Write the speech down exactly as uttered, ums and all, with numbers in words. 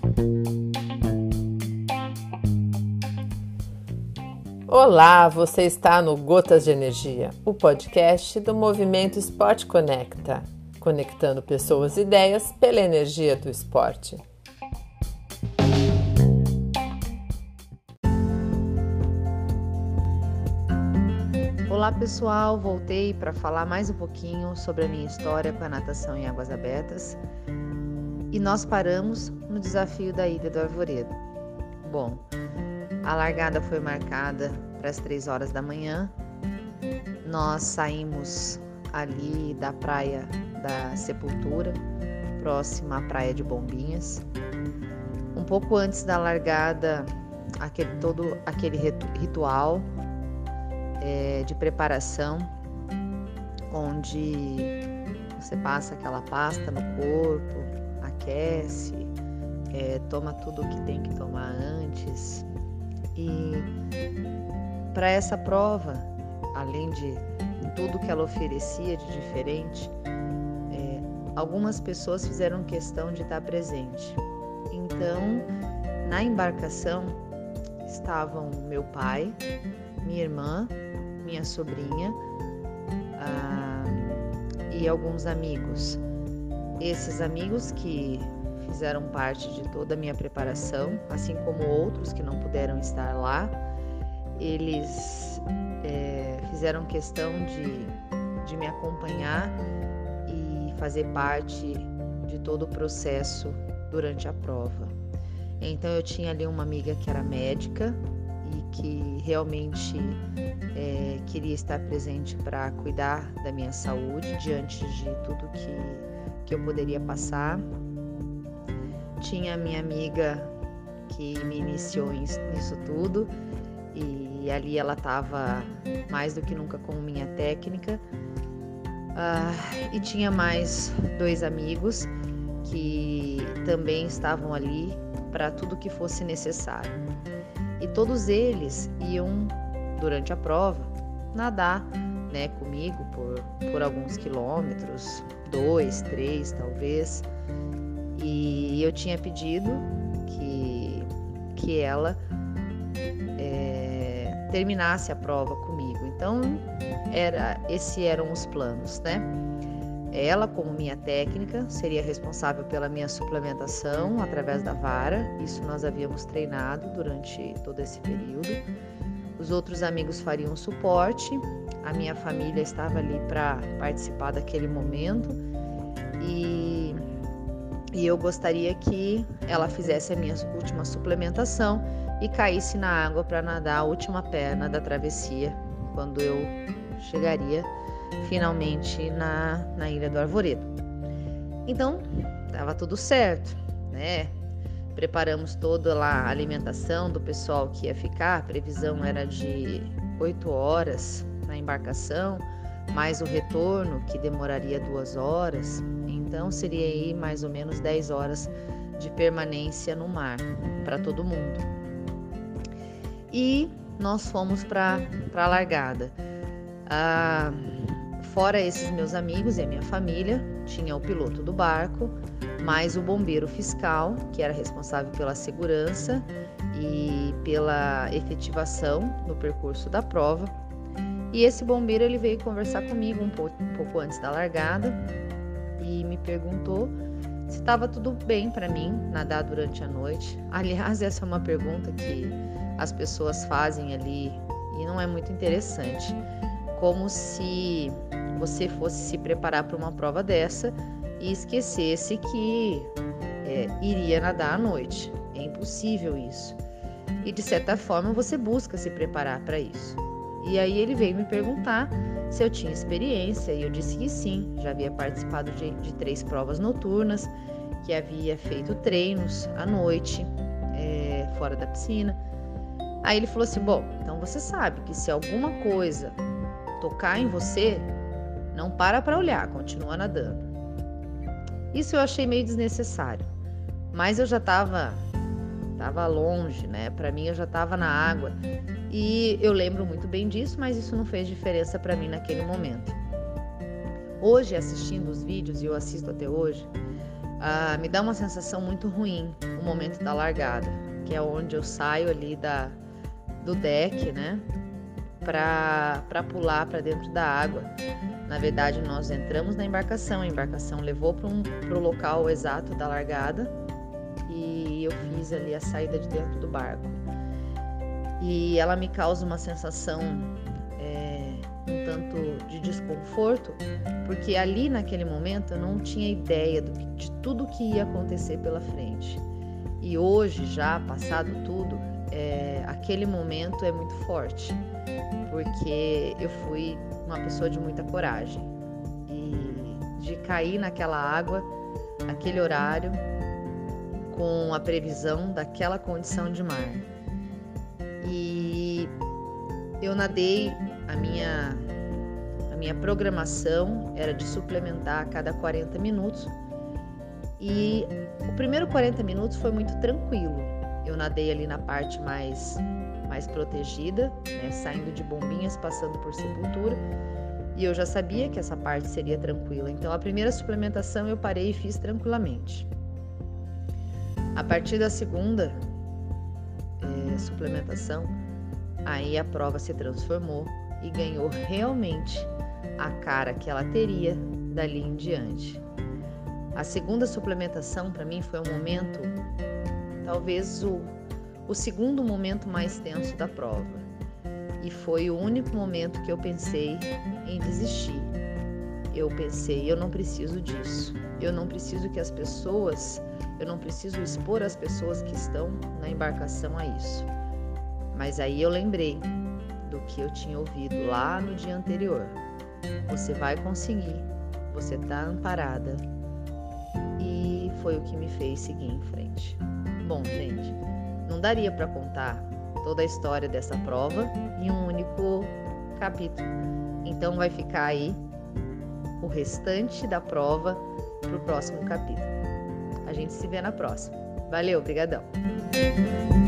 Olá, você está no Gotas de Energia, o podcast do Movimento Esporte Conecta, conectando pessoas e ideias pela energia do esporte. Olá pessoal, voltei para falar mais um pouquinho sobre a minha história com a natação em águas abertas e nós paramos no desafio da Ilha do Arvoredo. Bom, a largada foi marcada para as três horas da manhã. Nós saímos ali da praia da Sepultura, próxima à praia de Bombinhas. Um pouco antes da largada, aquele, todo aquele ritual é, de preparação, onde você passa aquela pasta no corpo, aquece, é, toma tudo o que tem que tomar antes. E para essa prova, além de tudo que ela oferecia de diferente, é, algumas pessoas fizeram questão de estar presente. Então, na embarcação estavam meu pai, minha irmã, minha sobrinha ah, e alguns amigos. Esses amigos que fizeram parte de toda a minha preparação, assim como outros que não puderam estar lá, eles é, fizeram questão de, de me acompanhar e fazer parte de todo o processo durante a prova. Então eu tinha ali uma amiga que era médica e que realmente é, queria estar presente para cuidar da minha saúde diante de tudo que, que eu poderia passar. Tinha a minha amiga que me iniciou nisso tudo e ali ela estava mais do que nunca como minha técnica. Ah, e tinha mais dois amigos que também estavam ali para tudo que fosse necessário. E todos eles iam, durante a prova, nadar, né, comigo por, por alguns quilômetros, dois, três talvez. E eu tinha pedido que, que ela é, terminasse a prova comigo. Então, era, esses eram os planos, né? Ela, como minha técnica, seria responsável pela minha suplementação através da vara. Isso nós havíamos treinado durante todo esse período. Os outros amigos fariam suporte. A minha família estava ali para participar daquele momento. E... E eu gostaria que ela fizesse a minha última suplementação e caísse na água para nadar a última perna da travessia, quando eu chegaria finalmente na, na Ilha do Arvoredo. Então, estava tudo certo, né? Preparamos toda lá a alimentação do pessoal que ia ficar. A previsão era de oito horas na embarcação, mais o retorno, que demoraria duas horas. Então, seria aí mais ou menos dez horas de permanência no mar para todo mundo. E nós fomos para a largada. Ah, fora esses meus amigos e a minha família, tinha o piloto do barco, mais o bombeiro fiscal, que era responsável pela segurança e pela efetivação no percurso da prova. E esse bombeiro ele veio conversar comigo um pouco, um pouco antes da largada e me perguntou se estava tudo bem para mim nadar durante a noite. Aliás, essa é uma pergunta que as pessoas fazem ali e não é muito interessante. Como se você fosse se preparar para uma prova dessa e esquecesse que é, iria nadar à noite. É impossível isso. E de certa forma você busca se preparar para isso. E aí ele veio me perguntar se eu tinha experiência e eu disse que sim, já havia participado de, de três provas noturnas, que havia feito treinos à noite, é, fora da piscina. Aí ele falou assim, bom, então você sabe que se alguma coisa tocar em você, não para para olhar, continua nadando. Isso eu achei meio desnecessário, mas eu já estava tava longe, né? Para mim eu já estava na água e eu lembro muito bem disso, mas isso não fez diferença para mim naquele momento. Hoje, assistindo os vídeos, e eu assisto até hoje, ah, me dá uma sensação muito ruim o momento da largada, que é onde eu saio ali da, do deck, né, para pular para dentro da água. Na verdade, nós entramos na embarcação, a embarcação levou para um, o local exato da largada e eu fiz ali a saída de dentro do barco. E ela me causa uma sensação é, um tanto de desconforto, porque ali naquele momento eu não tinha ideia do que, de tudo que ia acontecer pela frente. E hoje, já passado tudo, é, aquele momento é muito forte, porque eu fui uma pessoa de muita coragem e de cair naquela água, naquele horário, com a previsão daquela condição de mar. E eu nadei, a minha, a minha programação era de suplementar a cada quarenta minutos e o primeiro quarenta minutos foi muito tranquilo. Eu nadei ali na parte mais, mais protegida, né, saindo de Bombinhas, passando por Sepultura, e eu já sabia que essa parte seria tranquila. Então a primeira suplementação eu parei e fiz tranquilamente. A partir da segunda é, suplementação, aí a prova se transformou e ganhou realmente a cara que ela teria dali em diante. A segunda suplementação para mim foi um momento, talvez o, o segundo momento mais tenso da prova. E foi o único momento que eu pensei em desistir. Eu pensei, eu não preciso disso. Eu não preciso que as pessoas, eu não preciso expor as pessoas que estão na embarcação a isso. Mas aí eu lembrei do que eu tinha ouvido lá no dia anterior. Você vai conseguir, você está amparada. E foi o que me fez seguir em frente. Bom, gente, não daria para contar toda a história dessa prova em um único capítulo. Então vai ficar aí o restante da prova para o próximo capítulo. A gente se vê na próxima. Valeu, brigadão!